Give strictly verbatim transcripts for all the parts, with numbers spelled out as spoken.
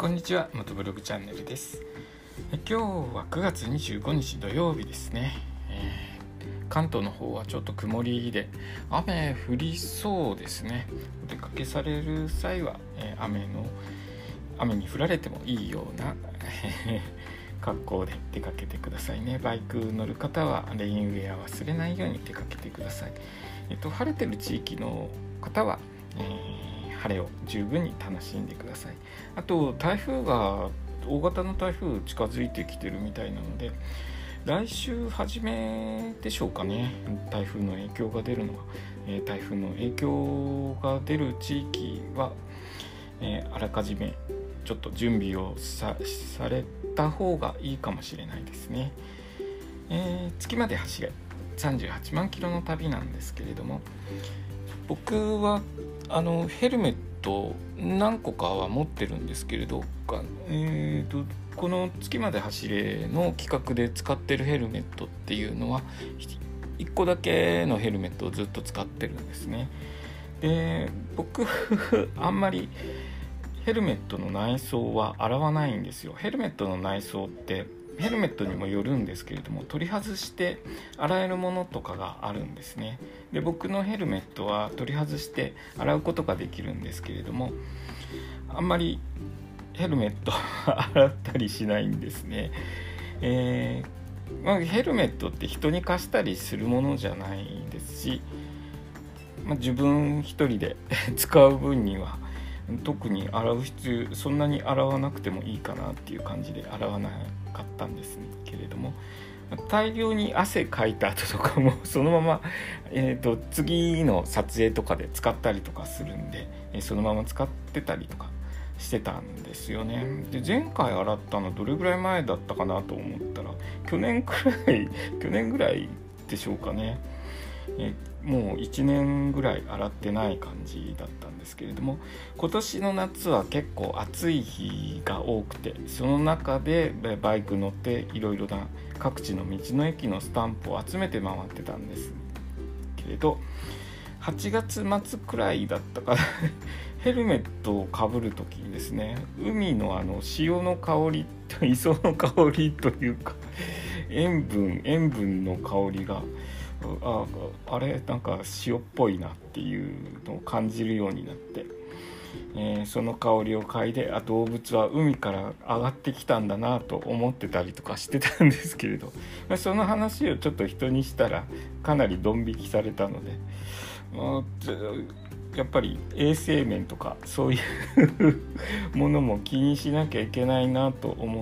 こんにちは、元ブログチャンネルです。え今日はくがつにじゅうごにち土曜日ですね、えー、関東の方はちょっと曇りで雨降りそうですね。お出かけされる際は、えー、雨の雨に降られてもいいような格好で出かけてくださいね。バイク乗る方はレインウェア忘れないように出かけてください。えっと、晴れてる地域の方は、えー晴れを十分に楽しんでください。あと台風が大型の台風近づいてきてるみたいなので、来週初めでしょうかね、台風の影響が出るのは、えー、台風の影響が出る地域は、えー、あらかじめちょっと準備を さ, された方がいいかもしれないですね。えー、月まで走れさんじゅうはちまんキロの旅なんですけれども、僕はあのヘルメット何個かは持ってるんですけれど、えー、とこの月まで走れの企画で使ってるヘルメットっていうのはいっこだけのヘルメットをずっと使ってるんですね。で僕あんまりヘルメットの内装は洗わないんですよ。ヘルメットの内装ってヘルメットにもよるんですけれども、取り外して洗えるものとかがあるんですね。で僕のヘルメットは取り外して洗うことができるんですけれども、あんまりヘルメット洗ったりしないんですね。えーまあ、ヘルメットって人に貸したりするものじゃないですし、まあ、自分一人で使う分には特に洗う必要そんなに洗わなくてもいいかなっていう感じで洗わなかったんですけれども、大量に汗かいた後とかもそのまま、えーと、次の撮影とかで使ったりとかするんで、そのまま使ってたりとかしてたんですよね。で前回洗ったのどれぐらい前だったかなと思ったら去年くらい去年ぐらいでしょうかね。えもういちねんぐらい洗ってない感じだったんですけれども、今年の夏は結構暑い日が多くて、その中でバイク乗っていろいろな各地の道の駅のスタンプを集めて回ってたんですけれど、はちがつまつくらいだったかなヘルメットをかぶるときにですね、海のあの潮の香りと磯の香りというか塩分塩分の香りがあ, あれなんか塩っぽいなっていうのを感じるようになって、えー、その香りを嗅いで、あ動物は海から上がってきたんだなと思ってたりとかしてたんですけれど、まあ、その話をちょっと人にしたらかなりドン引きされたので、まあ、やっぱり衛生面とかそういうものも気にしなきゃいけないなと思って、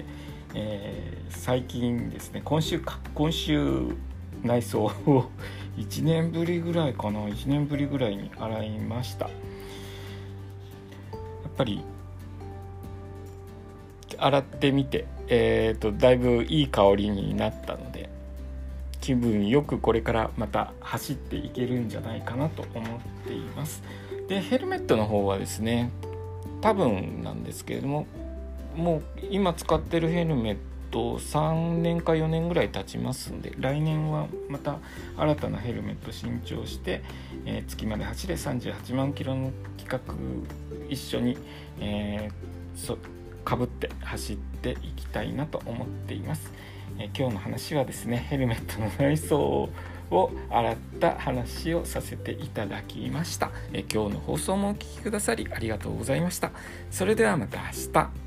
えー、最近ですね今週か今週内装をいちねんぶりぐらいかないちねんぶりぐらいに洗いました。やっぱり洗ってみて、えーと、だいぶいい香りになったので、気分よくこれからまた走っていけるんじゃないかなと思っています。でヘルメットの方はですね、多分なんですけれども、もう今使ってるヘルメットさんねんかよねんぐらい経ちますので、来年はまた新たなヘルメット新調して、えー、月まで走れさんじゅうはちまんキロの企画一緒に、えー、そかぶって走っていきたいなと思っています。えー、今日の話はですね、ヘルメットの内装を洗った話をさせていただきました。えー、今日の放送もお聞きくださりありがとうございました。それではまた明日。